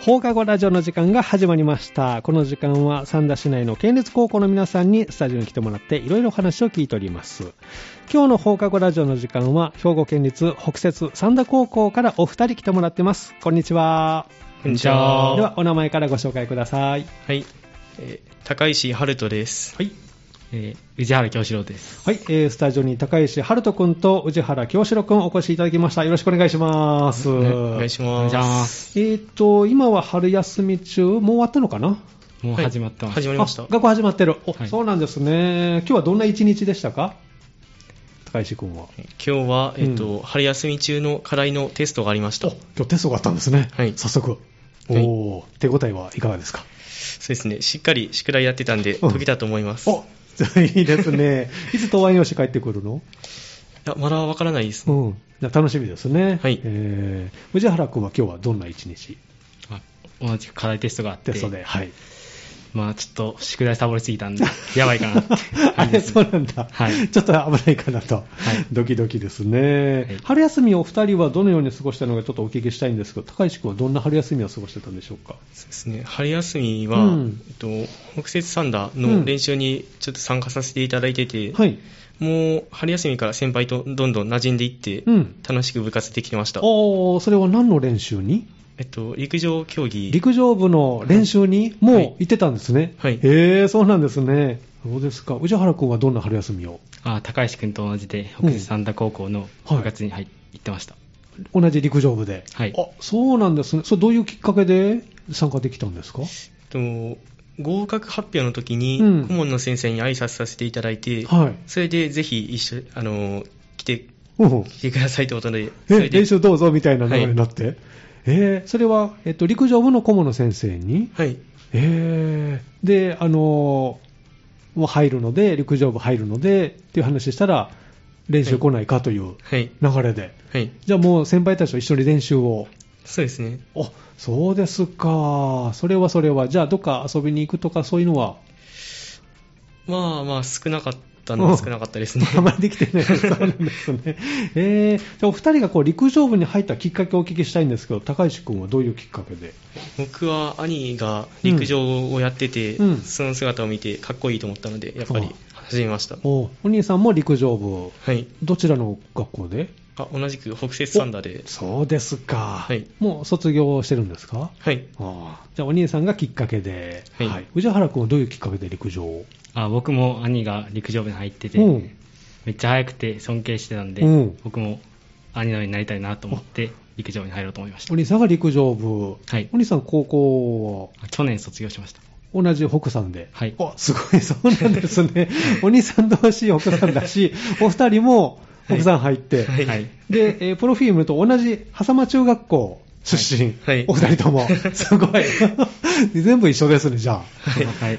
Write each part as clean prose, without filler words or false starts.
放課後ラジオの時間が始まりました。この時間は三田市内の県立高校の皆さんにスタジオに来てもらっていろいろ話を聞いております。今日の放課後ラジオの時間は兵庫県立北摂三田高校からお二人来てもらってます。こんにちは。 こんにちは。 ではお名前からご紹介ください。 はい、高石春人です。 はい。 宇治原京志郎です。 はい、スタジオに高石春人くんと宇治原京志郎くんお越しいただきました。よろしくお願いします。 お願いします。 今は春休み中、もう終わったのかな？ もう始まってます。 始まりました。 学校始まってる。 はい、 そうなんですね。今日はどんな一日でしたか？高石くんは。 今日は、春休み中の課題のテストがありました。 今日テストがあったんですね。 はい。 早速。手応えはいかがですか？ そうですね。しっかり宿題やってたんで、解けたと思います。 いいですね。いつ答案用紙帰ってくるの？ いや、まだわからないですね。 じゃ楽しみですね。 はい。 宇治原君は今日はどんな一日？ 同じく課題テストがあって、 テストで、はい。 まあちょっと宿題サボりすぎたんで、やばいかなって、 あれ、そうなんだ。 はい。 ちょっと危ないかなと。はい。ドキドキですね。はい、春休みお二人はどのように過ごしたのかちょっとお聞きしたいんですけど、高石君はどんな春休みを過ごしてたんでしょうか？ そうですね。春休みは、北摂三田の練習にちょっと参加させていただいてて、はい。もう春休みから先輩とどんどん馴染んでいって、楽しく部活できてました。 それは何の練習に？ 陸上競技。 陸上部の練習にもう行ってたんですね。 はい。 そうなんですね。そうですか。宇治原君はどんな春休みを？ 高石君と同じで、北摂三田高校の部活に行ってました。 同じ陸上部で。 はい。 そうなんですね。それどういうきっかけで参加できたんですか？ 合格発表の時に、顧問の先生に挨拶させていただいて、それでぜひ一緒来てくださいということで、 練習どうぞみたいな流れになって。それは、陸上部の顧問の先生に、 はい。 で、もう入るので、陸上部入るので、っていう話したら、練習来ないかという流れで。 はい。 じゃあもう先輩たちと一緒に練習を。 そうですね。 そうですか。それは、じゃあどっか遊びに行くとかそういうのは？ まあ、少なかったのは少なかったですね。 あまりできてない。そうなんですね。じゃあお二人が陸上部に入ったきっかけをお聞きしたいんですけど、高石君はどういうきっかけで？ 僕は兄が陸上をやってて、その姿を見てかっこいいと思ったので、やっぱり始めました。 お兄さんも陸上部。 はい。 どちらの学校で？ 同じく北摂三田で。 そうですか。 はい。 もう卒業してるんですか？ はい。 じゃあお兄さんがきっかけで。 はい。 宇治原君はどういうきっかけで陸上を？ 僕も兄が陸上部に入ってて、めっちゃ速くて尊敬してたんで、僕も兄のようになりたいなと思って陸上部に入ろうと思いました。 お兄さんが陸上部。 はい。 お兄さん高校は去年卒業しました。 同じ北さんで。 はい。 すごい、そうなんですね。お兄さん同士北さんだし、お二人も北さん入って、 はい。 で、プロフィームと同じ狭間中学校出身、 はい。 お二人とも。すごい。全部一緒ですね、じゃあ。 はい。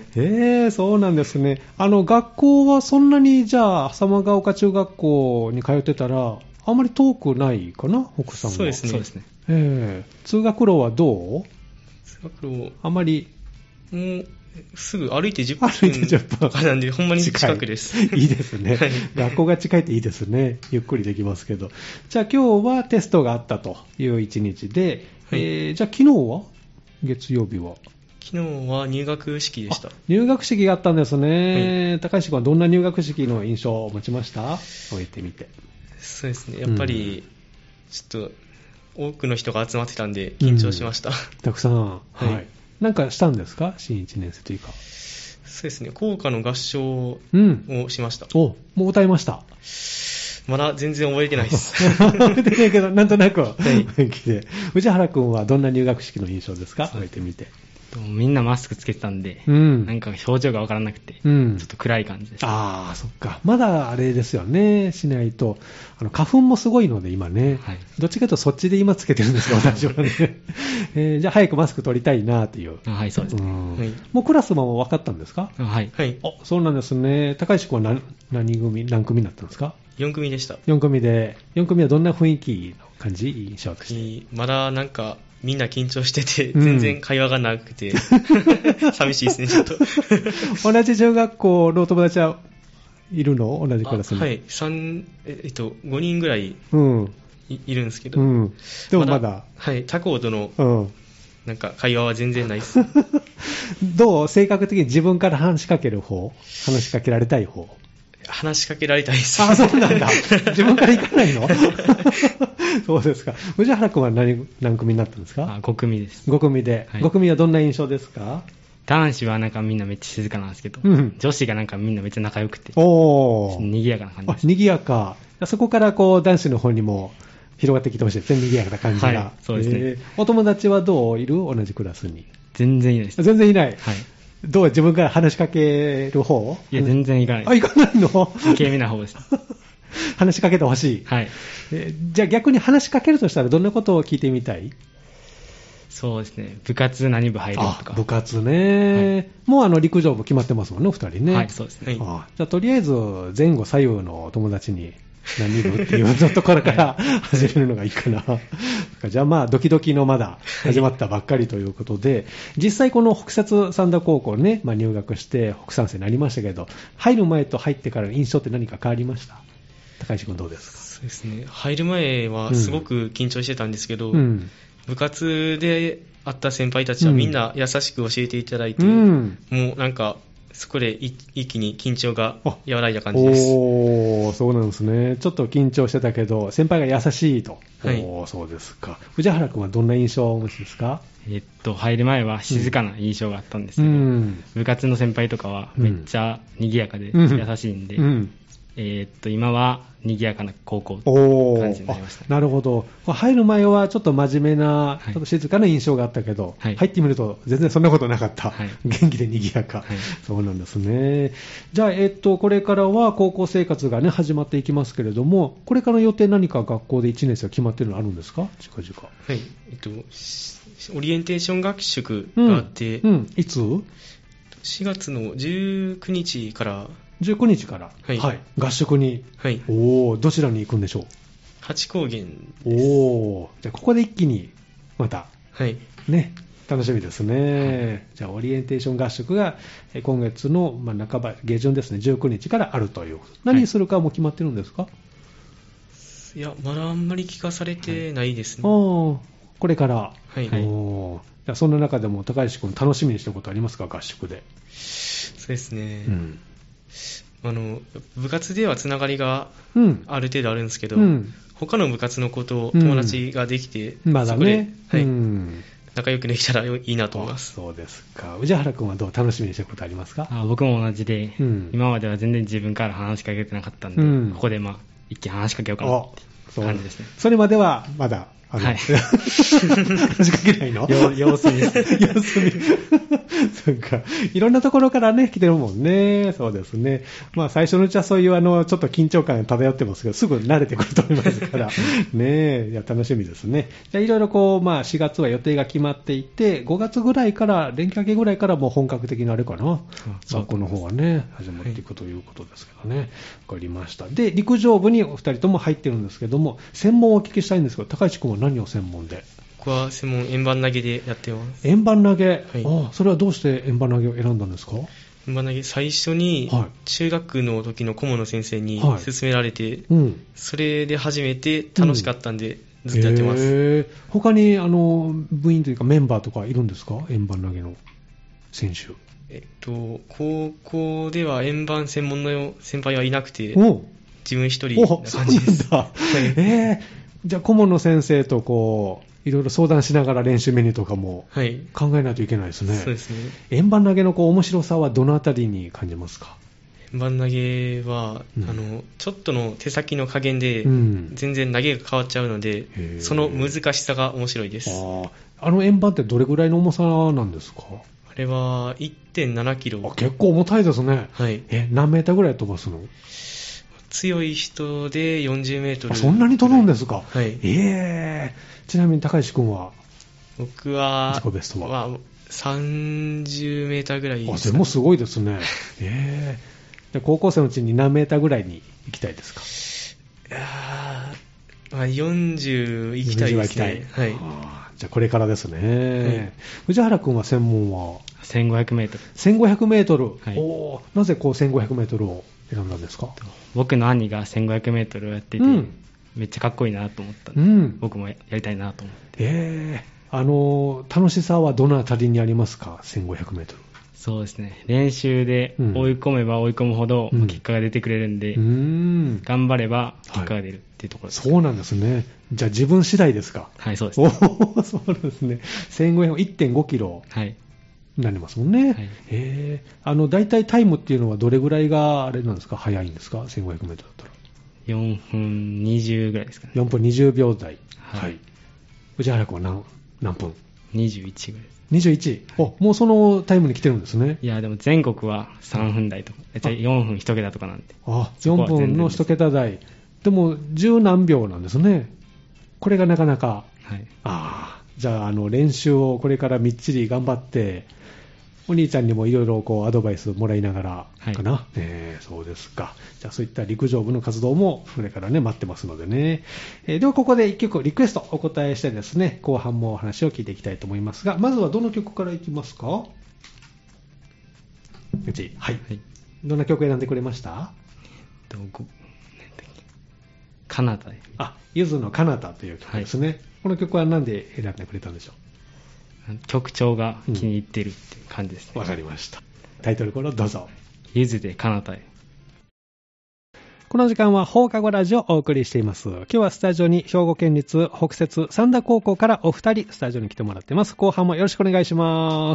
そうなんですね。学校はそんなに、じゃあ、狭間ヶ丘中学校に通ってたら、あんまり遠くないかな、北さんは。 そうですね。 そうですね。 通学路はどう？ 通学路あんまり。 もうすぐ歩いて10分とかなんで、ほんまに近くです。 いいですね。学校が近いっていいですね。ゆっくりできますけど。じゃあ今日はテストがあったという一日で、じゃあ昨日は？月曜日は？ 昨日は入学式でした。 入学式があったんですね。高橋君はどんな入学式の印象を持ちました？終えてみて。 そうですね。やっぱり、ちょっと多くの人が集まってたんで緊張しました。 たくさん。はい。なんかしたんですか？新1年生というか。 そうですね。校歌の合唱をしました。 もう歌いました？ まだ全然覚えてないです。 覚えてないけど、なんとなく。宇治原君はどんな入学式の印象ですか？覚えてみて。 みんなマスクつけてたんで、なんか表情がわからなくて、ちょっと暗い感じです。 そっか。まだあれですよね、しないと。花粉もすごいので今ね、どっちかというとそっちで今つけてるんですよ、私はね。じゃあ早くマスク取りたいなという。 はい、そうですね。 もうクラスも分かったんですか？ はい。 そうなんですね。高石君は何組になったんですか ？4組でした。 4組はどんな雰囲気の感じ、印象として？ まだなんか、みんな緊張してて、全然会話がなくて、寂しいですね、ちょっと。 同じ中学校のお友達はいるの？同じクラスに。 はい、5人ぐらいいるんですけど、 でもまだ。 はい、他校との、 なんか会話は全然ないです。 どう性格的に自分から話しかける方、話しかけられたい方？ 話しかけられたいです。 あ、そうなんだ。自分から行かないの？そうですか。宇治原君は何組になったんですか ？5組です。 5組で、はい、5組はどんな印象ですか？ 男子はなんかみんなめっちゃ静かなんですけど、女子がなんかみんなめっちゃ仲良くて、賑やかな感じです。 賑やか。そこからこう男子の方にも広がってきてほしいですね、賑やかな感じが。 はい、そうですね。 お友達はどういる？同じクラスに。 全然いないです。 全然いない。 はい。 どう自分から話しかける方？ いや、全然いかないです。 あ、いかないの？ 受け身な方です。 話しかけてほしい。 はい。 じゃあ逆に話しかけるとしたらどんなことを聞いてみたい？ そうですね。部活何部入るとか。 部活ね。はい、もう陸上部決まってますもんね、お二人ね。 はい、そうですね。 じゃあとりあえず前後左右のお友達に何部っていうところから始めるのがいいかな。じゃあまあドキドキのまだ始まったばっかりということで、実際この北摂三田高校ね、入学して北三生になりましたけど、入る前と入ってからの印象って何か変わりました？高石君どうですか？ そうですね。入る前はすごく緊張してたんですけど、部活で会った先輩たちはみんな優しく教えていただいて、もうなんかそこで一気に緊張が和らいだ感じです。 そうなんですね。ちょっと緊張してたけど先輩が優しいと。はい、そうですか。宇治原君はどんな印象をお持ちですか？ 入る前は静かな印象があったんですけど、部活の先輩とかはめっちゃ賑やかで優しいんで、今は賑やかな高校という感じになりました、ね。 なるほど。入る前はちょっと真面目な、ちょっと静かな印象があったけど、はい、入ってみると全然そんなことなかった。はい、元気で賑やか、はい。そうなんですね。じゃあ、これからは高校生活がね、始まっていきますけれども、これからの予定何か学校で1年生は決まっているのあるんですか？近々。 はい。オリエンテーション学習があって、 いつ？ 4 月の19日から、 19日から、はいはい、合宿に、はい、どちらに行くんでしょう？ 八高原です。 じゃあここで一気にまた、 はいね、楽しみですね、はい、じゃあオリエンテーション合宿が今月の半ば下旬ですね、19日からあるという。何するかも決まってるんですか？はい、 いや、まだあんまり聞かされてないですね。 これから、 はい、 じゃあそんな中でも高石君楽しみにしてることありますか？合宿で。 そうですね、部活ではつながりがある程度あるんですけど、他の部活のことを友達ができて、 まだね、 そこで、仲良くできたらいいなと思います。 そうですか。宇治原君はどう楽しみにしてることありますか？ 僕も同じで、今までは全然自分から話しかけてなかったんで、ここで一気に話しかけようかなって感じですね。 それまではまだはい、話しかけないの？ 様子見。 様子見。そうか。いろんなところからね、来てるもんね。そうですね。最初のうちはそういうちょっと緊張感が漂ってますけど、すぐ慣れてくると思いますから。ねえ、いや、楽しみですね。じゃあ、いろいろ4月は予定が決まっていて、5月ぐらいから、連休明けぐらいからもう本格的になるかな。学校の方はね、始まっていくということですけどね。わかりました。で、陸上部にお二人とも入ってるんですけども、専門をお聞きしたいんですけど、高市君は何を専門で？ 僕は専門円盤投げでやってます。 円盤投げ、はい、それはどうして円盤投げを選んだんですか？ 円盤投げ最初に中学の時の顧問の先生に勧められて、それで初めて楽しかったんで、ずっとやってます。 他に部員というかメンバーとかいるんですか？円盤投げの選手。 高校では円盤専門の先輩はいなくて、自分一人な感じです。 そうなんだ。じゃあ顧問の先生といろいろ相談しながら練習メニューとかも考えないといけないですね。 そうですね。 円盤投げの面白さはどのあたりに感じますか？ 円盤投げは、ちょっとの手先の加減で全然投げが変わっちゃうので、その難しさが面白いです。 円盤ってどれぐらいの重さなんですか？ あれは 1.7 キロ。 結構重たいですね。 はい。 何メーターぐらい飛ばすの？ 強い人で40メートル。 そんなに飛ぶんですか？ はい。 ちなみに高石君は？ 僕は自己ベストは 30メーターぐらいですかね。 それもすごいですね。で高校生のうちに何メーターぐらいに行きたいですか ？40行きたいですね。はい。 じゃあこれからですね。宇治原君は専門は 1500メートル。 1500メートル。 はい、 なぜ1500メートルを選んだんですか？ 僕の兄が1500メートルをやってて、めっちゃかっこいいなと思ったんで、僕もやりたいなと思って。 楽しさはどのあたりにありますか、1500メートル。 そうですね。練習で追い込めば追い込むほど結果が出てくれるんで、頑張れば結果が出るっていうところです、 そうなんですね。じゃあ自分次第ですか。 はい、そうです、ね。 そうなんですね。1500、1.5 キロになりますもんね。はい、大体タイムっていうのはどれぐらいがあれなんですか、早いんですか、1500メートルだったら。 4分20ぐらいですかね。 4分20秒台。はい。宇治原君は何分 ?21 ぐらい。 21、はい、もうそのタイムに来てるんですね。 いや、でも全国は3分台とか、4分1桁とかなんで。 4分の1桁台。でも、10何秒なんですね。これがなかなか。はい。じゃあ、練習をこれからみっちり頑張って、お兄ちゃんにもいろいろアドバイスもらいながらかな。はい、そうですか。じゃあそういった陸上部の活動もこれからね、待ってますのでね。ではここで1曲リクエストお答えしてですね、後半もお話を聞いていきたいと思いますが、まずはどの曲からいきますか？うち、はい。どんな曲選んでくれました？ カナダ。 ゆずのカナダという曲ですね。はい、この曲は何で選んでくれたんでしょう？ 曲調が気に入ってるっていう感じですね。 わかりました。タイトルコールをどうぞ。 ゆずでカナダへ。 この時間は放課後ラジオをお送りしています。今日はスタジオに兵庫県立北摂三田高校からお二人スタジオに来てもらってます。後半もよろしくお願いします。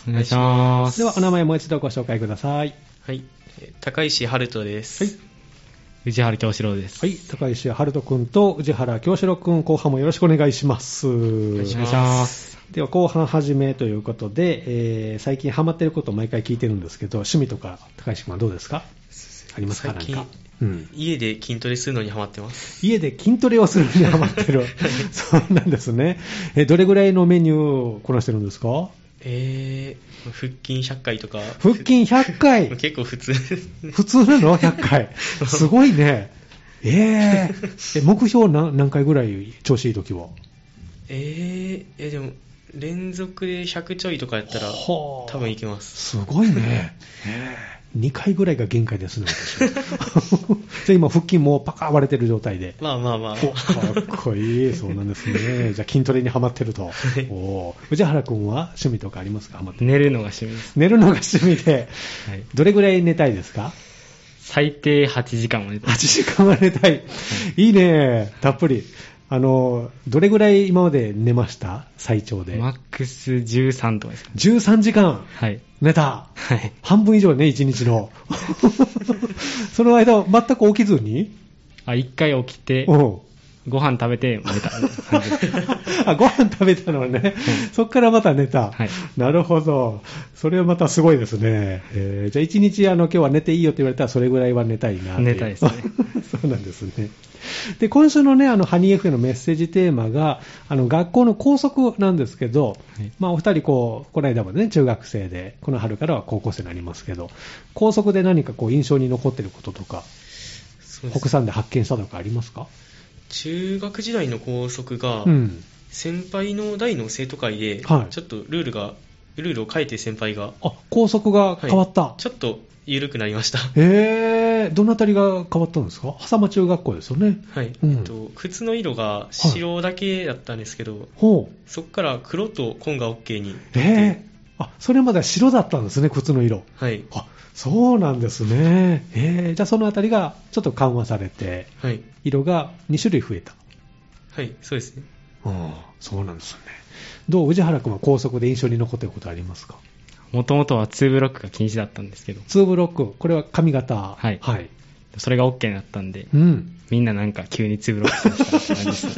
お願いします。 ではお名前もう一度ご紹介ください。 はい、高石春人です。はい、 宇治原京志郎です。 はい、高石春人君と宇治原京志郎君、後半もよろしくお願いします。 お願いします。 では後半始めということで、最近ハマっていることを毎回聞いてるんですけど、趣味とか高石君はどうですか？ありますか？ 最近家で筋トレするのにハマってます。 家で筋トレをするのにハマってるそうなんですね。どれぐらいのメニューをこなしてるんですか？ 腹筋100回とか。 腹筋100回結構普通普通なの？100回すごいね。目標何回ぐらい調子いいときは？ でも連続で100ちょいとかやったら多分いけます。 すごいね。2回ぐらいが限界ですね、私は。じゃあ今、腹筋もパカー割れてる状態で。 まあ。かっこいい。そうなんですね。じゃあ筋トレにハマってると。宇治原君は趣味とかありますか？ハマってる。 寝るのが趣味です。 寝るのが趣味で。はい、どれぐらい寝たいですか？ 最低8時間は寝たい。 8時間は寝たい。いいね。たっぷり。どれぐらい今まで寝ました？最長で。 マックス13とかですかね。 13時間。 はい。 寝た。 はい。 半分以上ね、1日の。その間、全く起きずに 1回起きて、ご飯食べて寝た。 ご飯食べたのね。そっからまた寝た。はい。なるほど。それはまたすごいですね。じゃあ1日今日は寝ていいよって言われたらそれぐらいは寝たいな。 寝たいですね。 そうなんですね。で、今週のね、ハニー F のメッセージテーマが、学校の校則なんですけど、はい、お二人この間までね、中学生で、この春からは高校生になりますけど、校則で何か印象に残っていることとか、北山で発見したとかありますか？ 中学時代の校則が、先輩の代の生徒会で、ちょっとルールを変えて先輩が。 校則が変わった。 ちょっと緩くなりました。 どのあたりが変わったんですか？狭間中学校ですよね。 はい。靴の色が白だけだったんですけど、そこから黒と紺が OK に。 それまでは白だったんですね、靴の色。 はい。 そうなんですね。じゃあそのあたりがちょっと緩和されて、はい、色が2種類増えた。 はい、そうですね。 そうなんですよね。どう？宇治原君は校則で印象に残っていることありますか？ もともとは2ブロックが禁止だったんですけど。 2ブロック、これは髪型。 はい。はい。それが OK になったんで、みんななんか急に2ブロックにしたって感じです。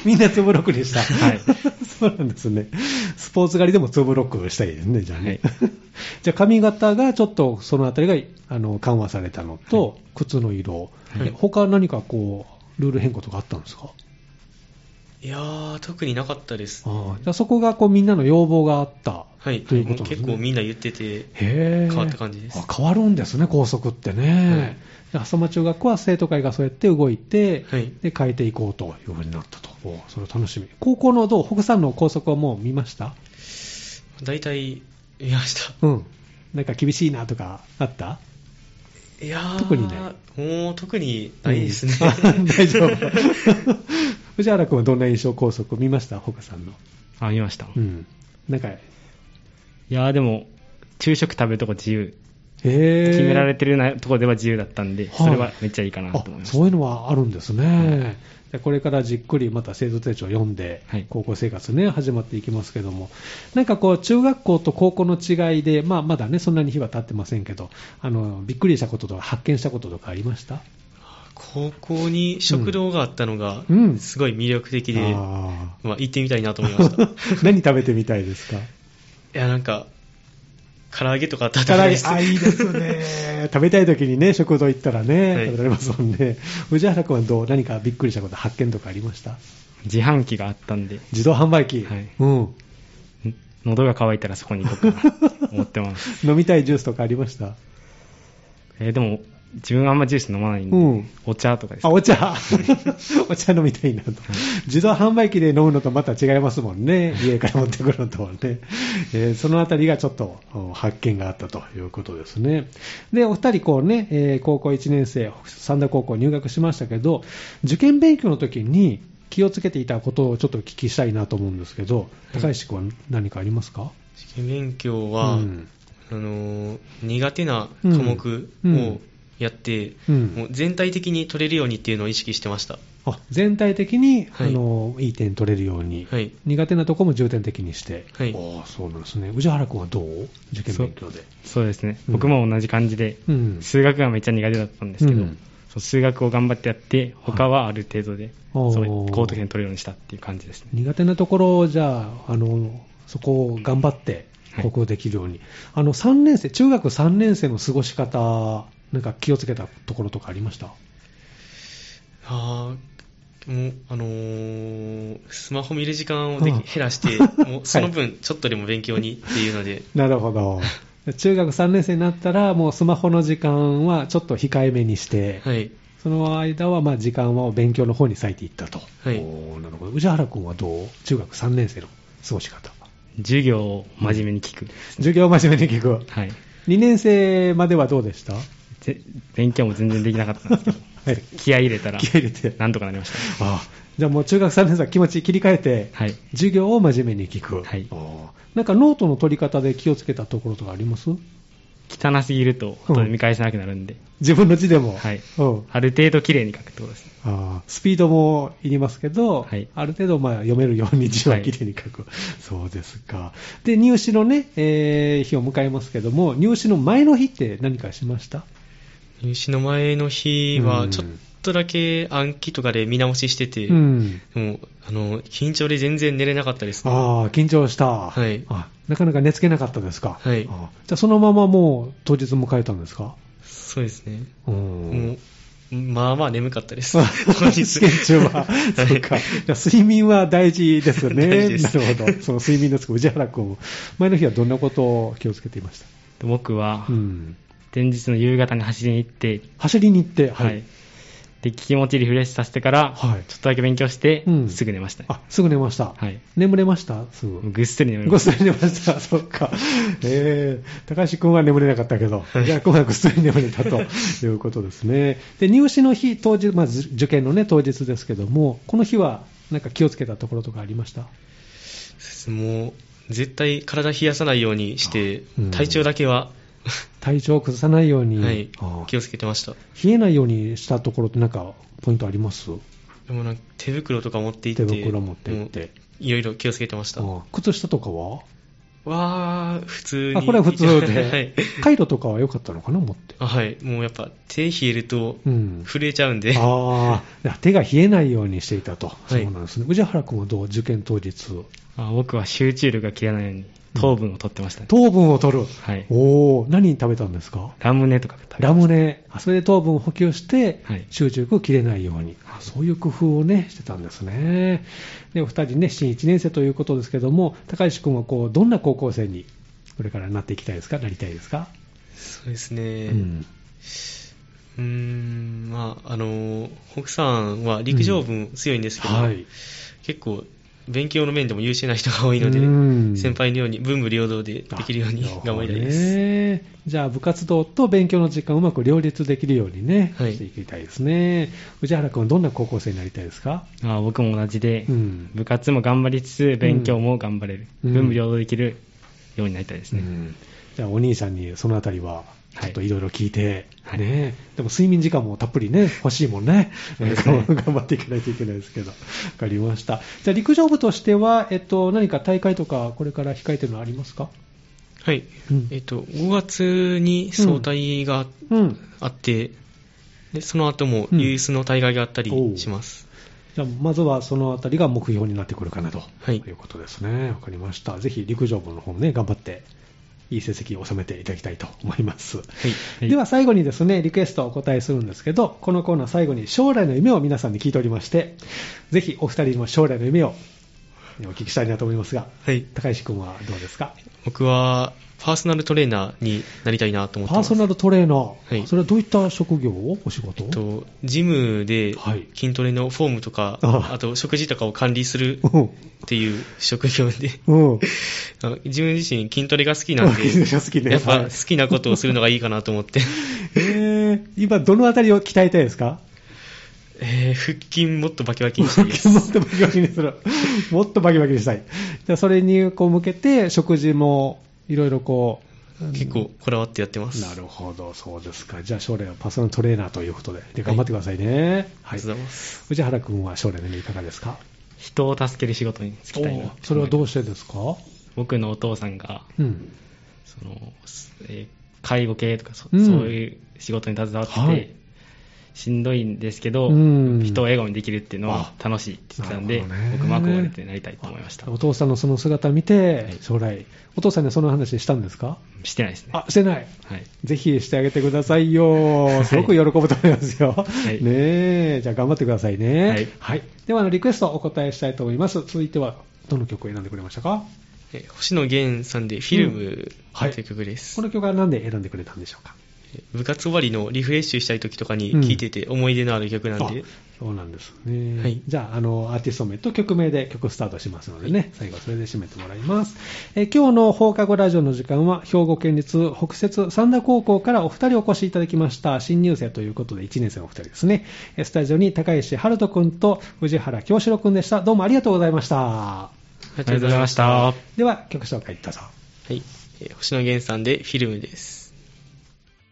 みんな2ブロックにした。 はい。 そうなんですね。スポーツ狩りでも2ブロックしたいですね、じゃあね。はい、じゃあ髪型がちょっとそのあたりが緩和されたのと、はい、靴の色、はい、他何かルール変更とかあったんですか？ いやー、特になかったです。 じゃあそこがみんなの要望があった、 はい、 ということですね。 結構みんな言ってて変わった感じです。 変わるんですね、校則ってね。浅間中学校は生徒会がそうやって動いて、はい、で変えていこうというふうになったと。それ楽しみ。高校の北山の校則はもう見ました？ 大体見ました。 なんか厳しいなとかあった？ いやー、 特にね。 もう特にないですね。 大丈夫。藤原君はどんな印象？校則見ました？北山の。 あ、見ました。 なんか、 いやでも、昼食食べるとこ自由。決められてるようなところでは自由だったんで、それはめっちゃいいかなと思います。 そういうのはあるんですね。これからじっくりまた生徒手帳を読んで、高校生活ね、始まっていきますけども、なんかこう、中学校と高校の違いで、まだね、そんなに日は経ってませんけど、びっくりしたこととか、発見したこととかありました？ 高校に食堂があったのが、すごい魅力的で、行ってみたいなと思いました。 何食べてみたいですか？ いや、なんか、唐揚げとかあったら食べたいです。 いいですね。食べたい時にね、食堂行ったらね、食べられますもんね。宇治原君は何かびっくりしたこと、発見とかありました？ 自販機があったんで。 自動販売機。 喉が渇いたらそこに行こうかなと思ってます。 飲みたいジュースとかありました？ でも、自分はあんまジュース飲まないんで、お茶とかですか？ お茶お茶飲みたいなと。自動販売機で飲むのとまた違いますもんね。家から持ってくるのとはね。そのあたりがちょっと発見があったということですね。で、お二人こうね、高校1年生、三田高校入学しましたけど、受験勉強の時に気をつけていたことをちょっとお聞きしたいなと思うんですけど、高石君は何かありますか？ 受験勉強は、苦手な科目をやって、もう全体的に取れるようにっていうのを意識してました。 全体的に、いい点取れるように、苦手なところも重点的にして、そうなんですね。宇治原君はどう？受験勉強で。 そうですね、僕も同じ感じで、数学がめっちゃ苦手だったんですけど、数学を頑張ってやって、他はある程度で、高得点取れるようにしたっていう感じですね。 苦手なところをじゃあ、そこを頑張って克服できるように、3年生、中学3年生の過ごし方、なんか気をつけたところとかありました？ スマホ見る時間を減らして、もうその分ちょっとでも勉強にっていうので。 なるほど。中学3年生になったら、もうスマホの時間はちょっと控えめにして、その間は時間は勉強の方に割いていったと。なるほど。宇治原君はどう？中学3年生の過ごし方。 授業を真面目に聞く。 授業を真面目に聞く。2年生まではどうでした？ 勉強も全然できなかったんですけど、気合い入れたらなんとかなりました。 じゃあもう中学3年生は気持ち切り替えて、授業を真面目に聞く。なんかノートの取り方で気をつけたところとかあります？ 汚すぎると後で見返せなくなるんで、 自分の字でも、 ある程度きれいに書くってことですね。 スピードもいりますけど、ある程度読めるように字はきれいに書く。そうですか。で、入試のね、日を迎えますけども、入試の前の日って何かしました？ 入試の前の日はちょっとだけ暗記とかで見直ししてて、でも緊張で全然寝れなかったですね。 緊張した。なかなか寝つけなかったですか？じゃあそのままもう当日迎えたんですか？ そうですね。もうまあまあ眠かったです。 試験中は。そうか。じゃあ睡眠は大事ですね。なるほど。その睡眠のつく宇治原君、前の日はどんなことを気をつけていました？ 僕は、前日の夕方に走りに行って、で気持ちリフレッシュさせてから、ちょっとだけ勉強して、すぐ寝ました。 すぐ寝ました。眠れました？すぐ。 ぐっすり眠れました。 ぐっすり寝ました。そうか。高橋君は眠れなかったけど、じゃあ今はぐっすり眠れたということですね。で、入試の日、当日、受験のね、当日ですけども、この日はなんか気をつけたところとかありました？ もう、絶対体冷やさないようにして、体調だけは、 体調を崩さないように、 気をつけてました。 冷えないようにしたところってなんかポイントあります？ でも手袋とか持って行って、いろいろ気をつけてました。 靴下とかは普通に。 これは普通で。カイロとかは良かったのかな、持って。 もうやっぱ手冷えると震えちゃうんで。 手が冷えないようにしていたと。そうなんですね。宇治原君はどう？受験当日。 僕は集中力が切れないように糖分を取ってましたね。 糖分を取る。何食べたんですか？ ラムネとか食べました。 ラムネ。それで糖分を補給して、集中力を切れないように。そういう工夫をね、してたんですね。で、お二人ね、新1年生ということですけども、高石君はどんな高校生にこれからなっていきたいですか？なりたいですか？ そうですね。奥さんは陸上部強いんですけど、結構勉強の面でも優秀な人が多いので、先輩のように文武両道でできるように頑張りたいです。 じゃあ部活動と勉強の時間をうまく両立できるようにね、していきたいですね。宇治原君、どんな高校生になりたいですか？ 僕も同じで、部活も頑張りつつ勉強も頑張れる、文武両道できるようになりたいですね。 じゃあお兄さんにそのあたりはちょっといろいろ聞いて、ね、でも睡眠時間もたっぷりね、欲しいもんね。頑張っていかないといけないですけど。わかりました。じゃあ陸上部としては、何か大会とかこれから控えてるのありますか？ はい。5月に総体があって、でその後もユースの大会があったりします。 じゃあまずはそのあたりが目標になってくるかなということですね。わかりました。ぜひ陸上部の方もね、頑張っていい成績を収めていただきたいと思います。はい、では最後にですね、リクエストをお答えするんですけど、このコーナー最後に将来の夢を皆さんに聞いておりまして、ぜひお二人の将来の夢をお聞きしたいなと思いますが、はい、高石君はどうですか？ 僕はパーソナルトレーナーになりたいなと思ってます。 パーソナルトレーナー、はい、それはどういった職業お仕事？ ジムで筋トレのフォームとか、あと食事とかを管理するっていう職業で、自分自身筋トレが好きなんで、やっぱ好きなことをするのがいいかなと思って。 今どのあたりを鍛えたいですか？ 腹筋もっとバキバキにしたいです。 もっとバキバキにする。もっとバキバキにしたい。じゃあそれにこう向けて食事もいろいろこう結構こだわってやってます。 なるほど、そうですか。じゃあ将来はパーソナルトレーナーということで、頑張ってくださいね。 ありがとうございます。 宇治原君は将来の夢いかがですか？ 人を助ける仕事に就きたいな。 それはどうしてですか？ 僕のお父さんが、介護系とかそういう仕事に携わってて、しんどいんですけど、人を笑顔にできるっていうのは楽しいって言ってたんで、僕も憧れてなりたいと思いました。 お父さんのその姿を見て、将来、お父さんにその話したんですか？ してないですね。 してない。はい。ぜひしてあげてくださいよ。すごく喜ぶと思いますよ。はい、ねえ、じゃあ頑張ってくださいね。はい。はい、ではリクエストをお答えしたいと思います。続いてはどの曲を選んでくれましたか？ 星野源さんでフィルムという曲です。 この曲は何で選んでくれたんでしょうか？ 部活終わりのリフレッシュしたい時とかに聴いてて思い出のある曲なんで、 そうなんですね。はい、じゃあ、アーティスト名と曲名で曲スタートしますのでね、最後それで締めてもらいます。今日の放課後ラジオの時間は兵庫県立北摂三田高校からお二人お越しいただきました。新入生ということで1年生のお二人ですね。スタジオに高石春人君と藤原京志郎君でした。どうもありがとうございました。 ありがとうございました。 では曲紹介どうぞ。 はい、星野源さんでフィルムです。